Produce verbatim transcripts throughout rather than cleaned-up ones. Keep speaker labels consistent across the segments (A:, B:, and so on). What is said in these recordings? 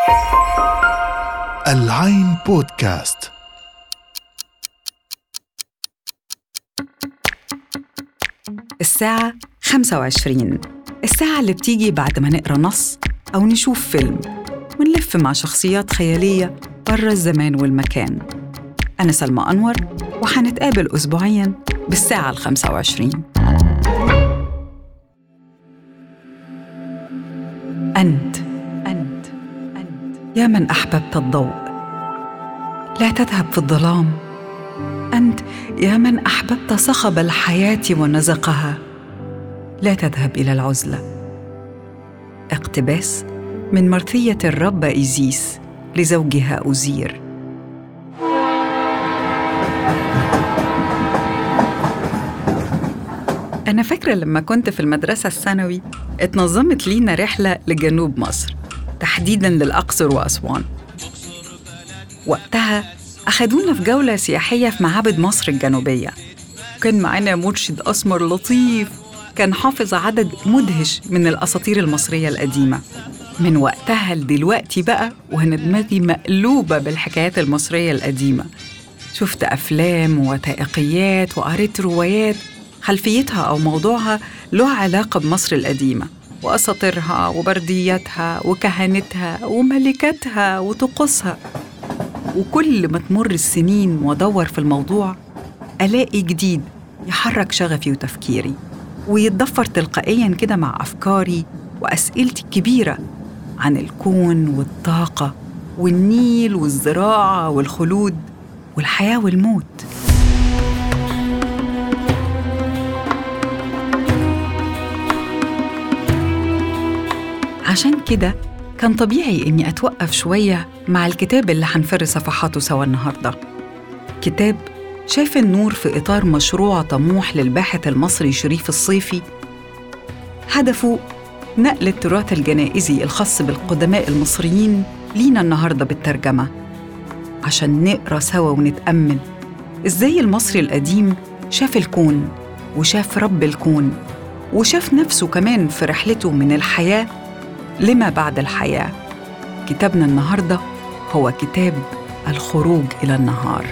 A: العين بودكاست.
B: الساعة خمسة وعشرين، الساعة اللي بتيجي بعد ما نقرأ نص أو نشوف فيلم ونلف مع شخصيات خيالية برا الزمان والمكان. أنا سلمى أنور، وحنتقابل أسبوعياً بالساعة الخمسة وعشرين. أنت أنت أنت يا من أحببت الضوء، لا تذهب في الظلام. أنت يا من أحببت صخب الحياة ونزقها، لا تذهب إلى العزلة. اقتباس من مرثية الرب إيزيس لزوجها أوزير. أنا فاكرة لما كنت في المدرسة الثانوي اتنظمت لينا رحلة لجنوب مصر، تحديداً للأقصر وأسوان. وقتها أخدونا في جولة سياحية في معابد مصر الجنوبية، وكان معانا مرشد أسمر لطيف كان حافظ عدد مدهش من الأساطير المصرية القديمة. من وقتها لدلوقتي بقى وأنا دماغي مقلوبة بالحكايات المصرية القديمة. شفت أفلام ووثائقيات وقريت روايات خلفيتها أو موضوعها له علاقة بمصر القديمة وأساطيرها وبردياتها وكهنتها وملكاتها وطقوسها. وكل ما تمر السنين وأدور في الموضوع ألاقي جديد يحرك شغفي وتفكيري ويتضفر تلقائياً كده مع أفكاري وأسئلتي الكبيرة عن الكون والطاقة والنيل والزراعة والخلود والحياة والموت. عشان كده كان طبيعي إني أتوقف شوية مع الكتاب اللي هنفر صفحاته سوا النهاردة. كتاب شاف النور في إطار مشروع طموح للباحث المصري شريف الصيفي، هدفه نقل التراث الجنائزي الخاص بالقدماء المصريين لينا النهاردة بالترجمة، عشان نقرأ سوا ونتأمل إزاي المصري القديم شاف الكون وشاف رب الكون وشاف نفسه كمان في رحلته من الحياة لما بعد الحياة. كتابنا النهاردة هو كتاب الخروج إلى النهار.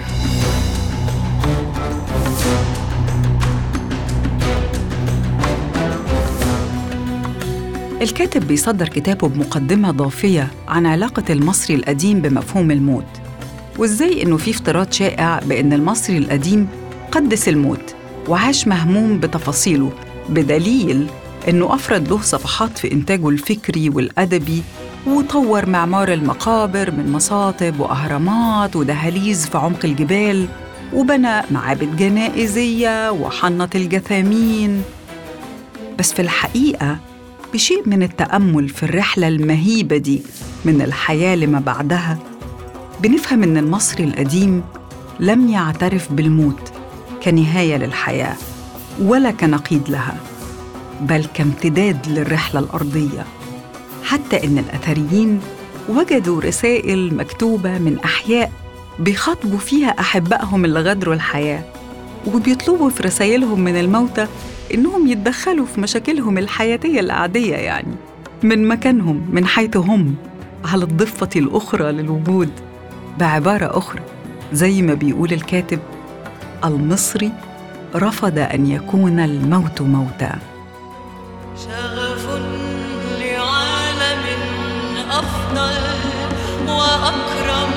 B: الكاتب بيصدر كتابه بمقدمة ضافية عن علاقة المصري القديم بمفهوم الموت، وإزاي إنه في افتراض شائع بأن المصري القديم قدس الموت وعاش مهموم بتفاصيله، بدليل إنه أفرد له صفحات في إنتاجه الفكري والأدبي، وطور معمار المقابر من مصاطب وأهرامات ودهاليز في عمق الجبال، وبنى معابد جنائزية وحنط الجثامين. بس في الحقيقة بشيء من التأمل في الرحلة المهيبة دي من الحياة لما بعدها بنفهم إن المصري القديم لم يعترف بالموت كنهاية للحياة ولا كنقيض لها، بل كامتداد للرحلة الأرضية. حتى إن الأثريين وجدوا رسائل مكتوبة من أحياء بيخاطبوا فيها أحبائهم اللي غادروا الحياة، وبيطلبوا في رسائلهم من الموتى إنهم يتدخلوا في مشاكلهم الحياتية العادية، يعني من مكانهم من حيث هم على الضفة الأخرى للوجود. بعبارة أخرى زي ما بيقول الكاتب، المصري رفض أن يكون الموت موتا.
C: شغف لعالم أفضل وأكرم.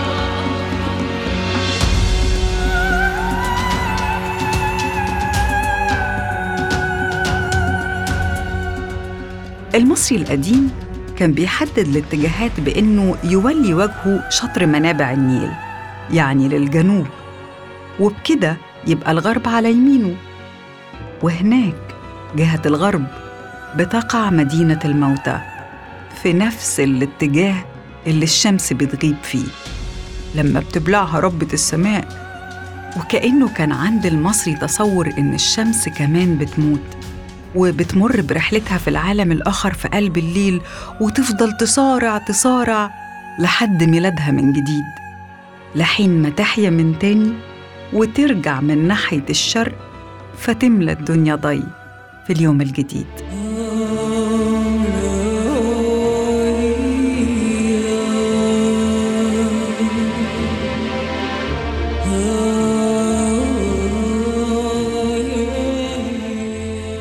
B: المصري القديم كان بيحدد الاتجاهات بأنه يولي وجهه شطر منابع النيل، يعني للجنوب، وبكده يبقى الغرب على يمينه، وهناك جهة الغرب بتقع مدينة الموتى في نفس الاتجاه اللي الشمس بتغيب فيه لما بتبلعها ربة السماء. وكأنه كان عند المصري تصور إن الشمس كمان بتموت وبتمر برحلتها في العالم الآخر في قلب الليل، وتفضل تصارع تصارع لحد ميلادها من جديد، لحين ما تحيا من تاني وترجع من ناحية الشرق فتملى الدنيا ضي في اليوم الجديد.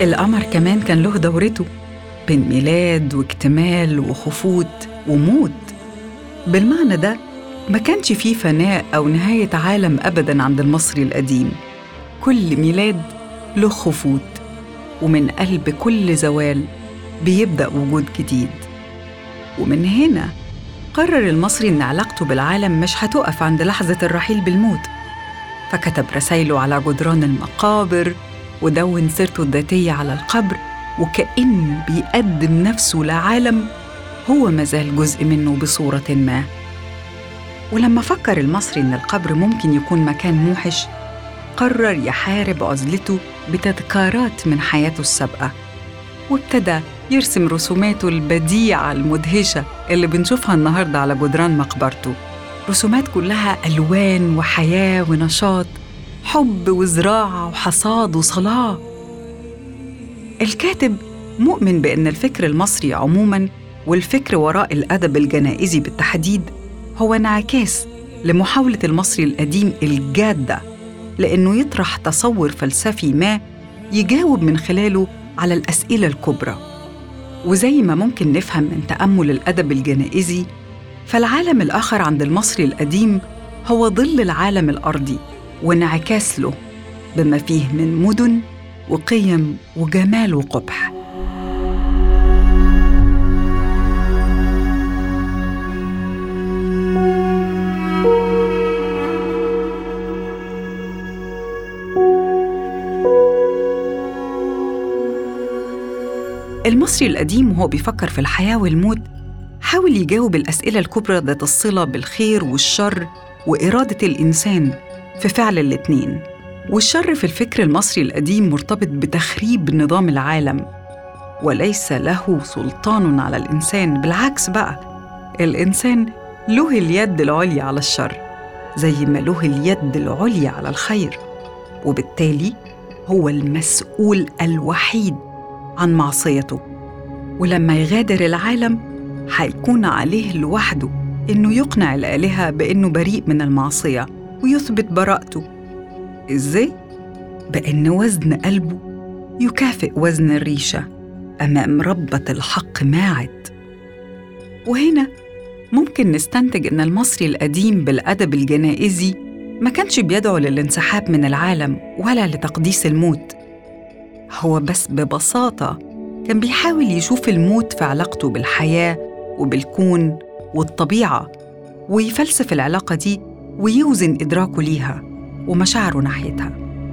B: القمر كمان كان له دورته بين ميلاد واكتمال وخفوت وموت. بالمعنى ده ما كانش فيه فناء أو نهاية عالم أبداً عند المصري القديم. كل ميلاد له خفوت، ومن قلب كل زوال بيبدأ وجود جديد. ومن هنا قرر المصري إن علاقته بالعالم مش هتقف عند لحظة الرحيل بالموت، فكتب رسايله على جدران المقابر ودون سيرته الذاتية على القبر، وكأنه بيقدم نفسه لعالم هو مازال جزء منه بصورة ما. ولما فكر المصري إن القبر ممكن يكون مكان موحش، قرر يحارب عزلته بتذكارات من حياته السابقة، وابتدى يرسم رسوماته البديعة المدهشة اللي بنشوفها النهاردة على جدران مقبرته. رسومات كلها ألوان وحياة ونشاط، حب وزراعة وحصاد وصلاة. الكاتب مؤمن بأن الفكر المصري عموماً والفكر وراء الأدب الجنائزي بالتحديد هو انعكاس لمحاولة المصري القديم الجادة لأنه يطرح تصور فلسفي ما يجاوب من خلاله على الأسئلة الكبرى. وزي ما ممكن نفهم من تأمل الأدب الجنائزي، فالعالم الآخر عند المصري القديم هو ظل العالم الأرضي وانعكاس له بما فيه من مدن وقيم وجمال وقبح. المصري القديم وهو بيفكر في الحياة والموت حاول يجاوب الأسئلة الكبرى ذات الصلة بالخير والشر وإرادة الإنسان في فعل الاتنين. والشر في الفكر المصري القديم مرتبط بتخريب نظام العالم، وليس له سلطان على الإنسان. بالعكس بقى، الإنسان له اليد العليا على الشر زي ما له اليد العليا على الخير، وبالتالي هو المسؤول الوحيد عن معصيته. ولما يغادر العالم هيكون عليه لوحده إنه يقنع الآلهة بإنه بريء من المعصية ويثبت براءته. إزاي؟ بأن وزن قلبه يكافئ وزن الريشة أمام ربة الحق ماعد. وهنا ممكن نستنتج إن المصري القديم بالأدب الجنائزي ما كانش بيدعو للانسحاب من العالم ولا لتقديس الموت، هو بس ببساطة كان بيحاول يشوف الموت في علاقته بالحياة وبالكون والطبيعة، ويفلسف العلاقة دي ويوزن إدراكه ليها ومشاعره ناحيتها.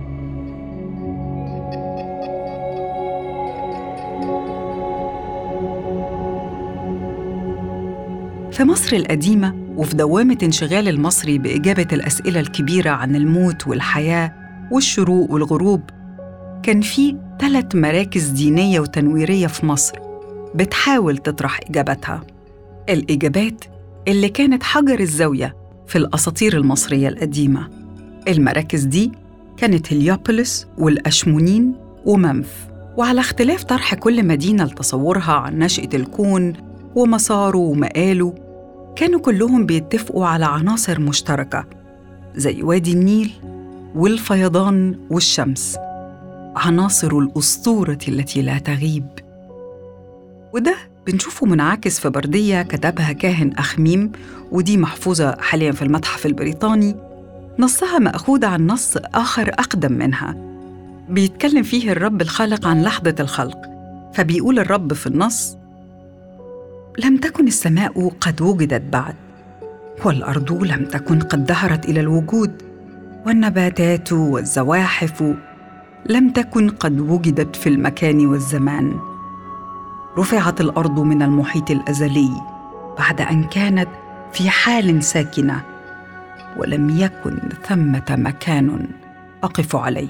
B: في مصر القديمة وفي دوامة انشغال المصري بإجابة الأسئلة الكبيرة عن الموت والحياة والشروق والغروب، كان في ثلاث مراكز دينية وتنويرية في مصر بتحاول تطرح إجابتها. الإجابات اللي كانت حجر الزاوية في الأساطير المصرية القديمة. المراكز دي كانت هليوبوليس والأشمونين ومنف، وعلى اختلاف طرح كل مدينة لتصورها عن نشأة الكون ومساره ومقاله، كانوا كلهم بيتفقوا على عناصر مشتركة زي وادي النيل والفيضان والشمس، عناصر الأسطورة التي لا تغيب. وده بنشوفه منعكس في بردية كتبها كاهن أخميم، ودي محفوظة حالياً في المتحف البريطاني. نصها مأخوذ عن نص آخر أقدم منها بيتكلم فيه الرب الخالق عن لحظة الخلق، فبيقول الرب في النص: لم تكن السماء قد وجدت بعد، والأرض لم تكن قد دهرت إلى الوجود، والنباتات والزواحف لم تكن قد وجدت في المكان والزمان. رفعت الأرض من المحيط الأزلي بعد أن كانت في حال ساكنة، ولم يكن ثمة مكان أقف عليه.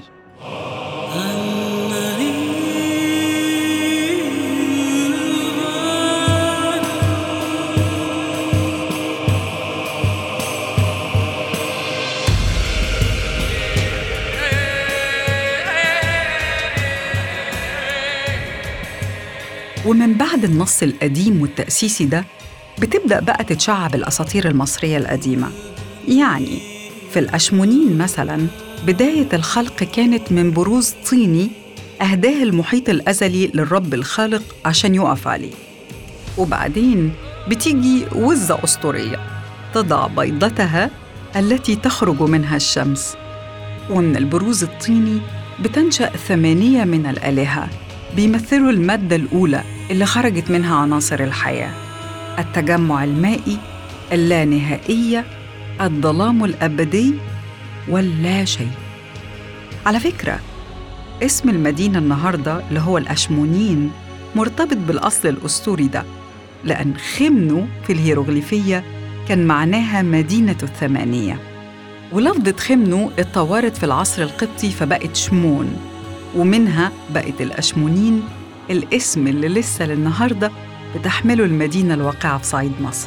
B: ومن بعد النص القديم والتأسيسي ده بتبدأ بقى تتشعب الأساطير المصرية القديمة. يعني في الأشمونين مثلاً بداية الخلق كانت من بروز طيني أهداه المحيط الأزلي للرب الخالق عشان يقف عليه. وبعدين بتيجي وزة أسطورية تضع بيضتها التي تخرج منها الشمس، ومن البروز الطيني بتنشأ ثمانية من الآلهة بيمثلوا المادة الأولى اللي خرجت منها عناصر الحياة: التجمع المائي، اللانهائية، الظلام الأبدي، واللا شيء. على فكرة، اسم المدينة النهاردة اللي هو الأشمونين مرتبط بالأصل الأسطوري ده، لأن خمنو في الهيروغليفية كان معناها مدينة الثمانية، ولفظة خمنو اتطورت في العصر القبطي فبقت شمون، ومنها بقت الأشمونين الاسم اللي لسه للنهاردة بتحمله المدينة الواقعة في صعيد مصر.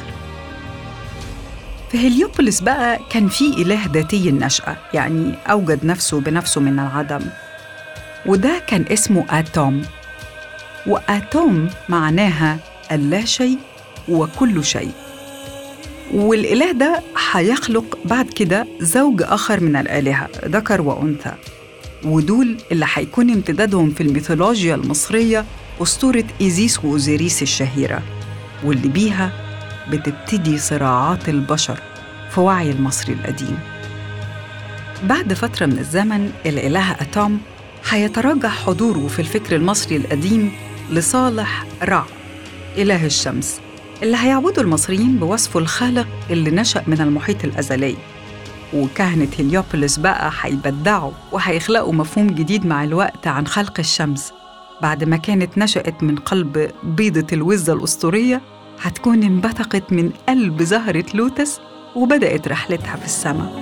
B: في هليوبوليس بقى كان في إله ذاتي النشأة، يعني أوجد نفسه بنفسه من العدم، وده كان اسمه آتوم. وآتوم معناها اللا شيء وكل شيء. والإله ده هيخلق بعد كده زوج آخر من الآلهة، ذكر وأنثى، ودول اللي هيكون امتدادهم في الميثولوجيا المصرية أسطورة إيزيس وأوزيريس الشهيرة، واللي بيها بتبتدي صراعات البشر في وعي المصري القديم. بعد فترة من الزمن الإله آتوم هيتراجع حضوره في الفكر المصري القديم لصالح رع، إله الشمس، اللي هيعبدوا المصريين بوصفه الخالق اللي نشأ من المحيط الأزلي. وكهنة هليوبوليس بقى هيبدعوا وهيخلقوا مفهوم جديد مع الوقت عن خلق الشمس، بعد ما كانت نشأت من قلب بيضة الوزة الأسطورية، هتكون انبثقت من قلب زهرة لوتس وبدأت رحلتها في السماء.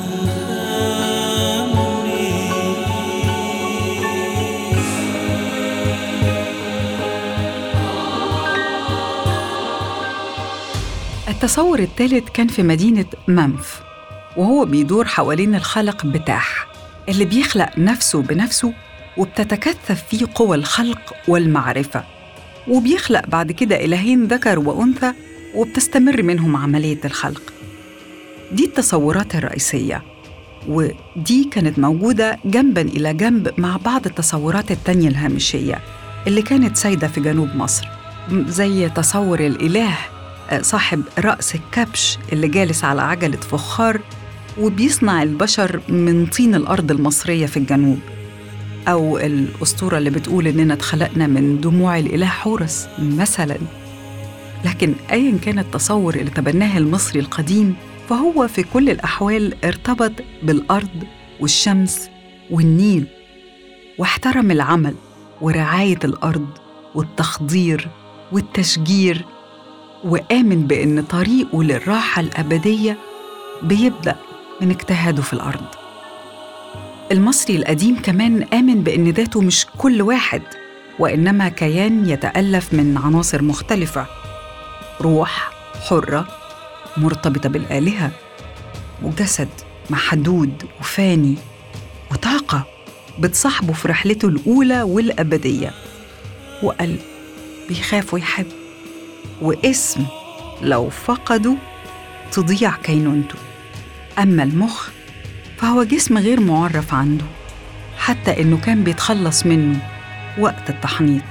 B: التصور الثالث كان في مدينة منف، وهو بيدور حوالين الخالق بتاح اللي بيخلق نفسه بنفسه، وبتتكثف فيه قوى الخلق والمعرفة، وبيخلق بعد كده إلهين ذكر وأنثى، وبتستمر منهم عملية الخلق. دي التصورات الرئيسية، ودي كانت موجودة جنباً إلى جنب مع بعض التصورات التانية الهامشية اللي كانت سايدة في جنوب مصر، زي تصور الإله صاحب رأس الكبش اللي جالس على عجلة فخار وبيصنع البشر من طين الأرض المصرية في الجنوب، أو الأسطورة اللي بتقول إننا اتخلقنا من دموع الإله حورس مثلاً. لكن أياً كان التصور اللي تبناه المصري القديم، فهو في كل الأحوال ارتبط بالأرض والشمس والنيل، واحترم العمل ورعاية الأرض والتخضير والتشجير، وآمن بأن طريقه للراحة الأبدية بيبدأ من اجتهاده في الأرض. المصري القديم كمان آمن بأن ذاته مش كل واحد، وإنما كيان يتألف من عناصر مختلفة: روح حرة مرتبطة بالآلهة، وجسد محدود وفاني، وطاقة بتصاحبه في رحلته الأولى والأبدية، وقلب بيخاف ويحب، واسم لو فقدوا تضيع كينونته. أما المخ فهو جسم غير معرف عنده، حتى إنه كان بيتخلص منه وقت التحنيط.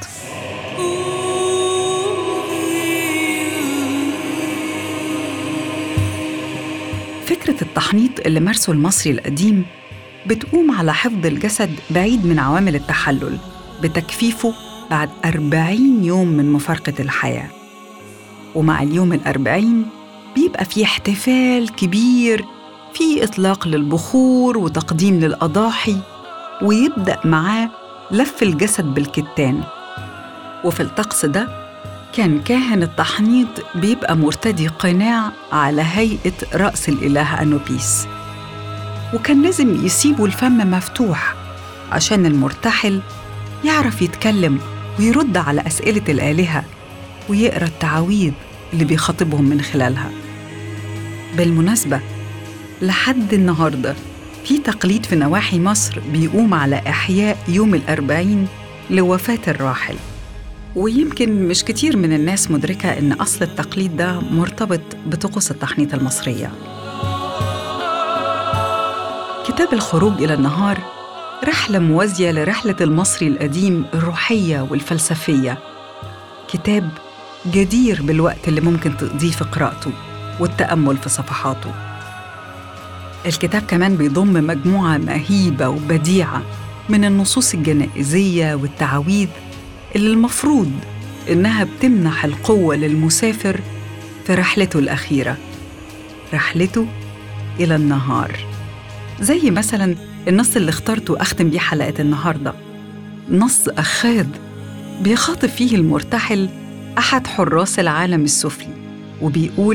B: فكرة التحنيط اللي مارسه المصري القديم بتقوم على حفظ الجسد بعيد من عوامل التحلل بتجفيفه بعد أربعين يوم من مفارقة الحياة. ومع اليوم الأربعين بيبقى فيه احتفال كبير، فيه إطلاق للبخور وتقديم للأضاحي، ويبدأ معاه لف الجسد بالكتان. وفي الطقس ده كان كاهن التحنيط بيبقى مرتدي قناع على هيئة رأس الإله أنوبيس، وكان لازم يسيبوا الفم مفتوح عشان المرتحل يعرف يتكلم ويرد على أسئلة الآلهة ويقرأ التعاويذ اللي بيخاطبهم من خلالها. بالمناسبة، لحد النهاردة في تقليد في نواحي مصر بيقوم على إحياء يوم الأربعين لوفاة الراحل، ويمكن مش كتير من الناس مدركة إن أصل التقليد ده مرتبط بطقوس التحنيط المصرية. كتاب الخروج إلى النهار رحلة موازية لرحلة المصري القديم الروحية والفلسفية. كتاب جدير بالوقت اللي ممكن تقضيه في قراءته والتأمل في صفحاته. الكتاب كمان بيضم مجموعة مهيبة وبديعة من النصوص الجنائزية والتعاويذ اللي المفروض إنها بتمنح القوة للمسافر في رحلته الأخيرة، رحلته إلى النهار. زي مثلاً النص اللي اخترته أختم بيه حلقة النهاردة، نص أخاذ بيخاطب فيه المرتحل أحد حراس العالم السفلي، وبيقول: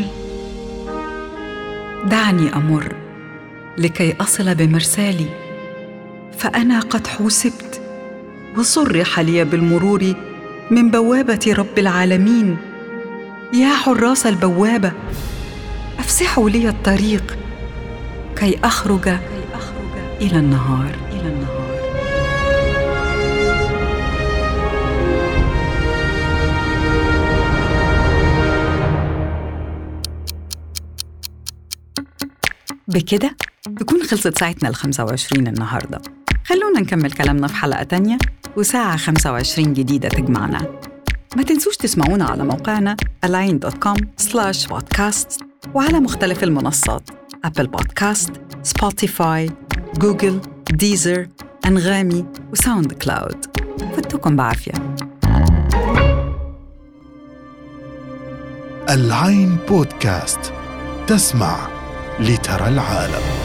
B: دعني أمر لكي أصل بمرسالي، فأنا قد حوسبت وصرح لي بالمرور من بوابة رب العالمين. يا حراس البوابة، أفسحوا لي الطريق كي أخرج إلى النهار. إلى النهار. بكده تكون خلصت ساعتنا الخمسة وعشرين النهاردة. خلونا نكمل كلامنا في حلقة تانية وساعة خمسة وعشرين جديدة تجمعنا. ما تنسوش تسمعونا على موقعنا العين دوت كوم سلاش بودكاست، وعلى مختلف المنصات: أبل بودكاست، سبوتيفاي، جوجل، ديزر، أنغامي، وساوند كلاود. فتكم بعافية.
A: العين بودكاست، تسمع لترى العالم.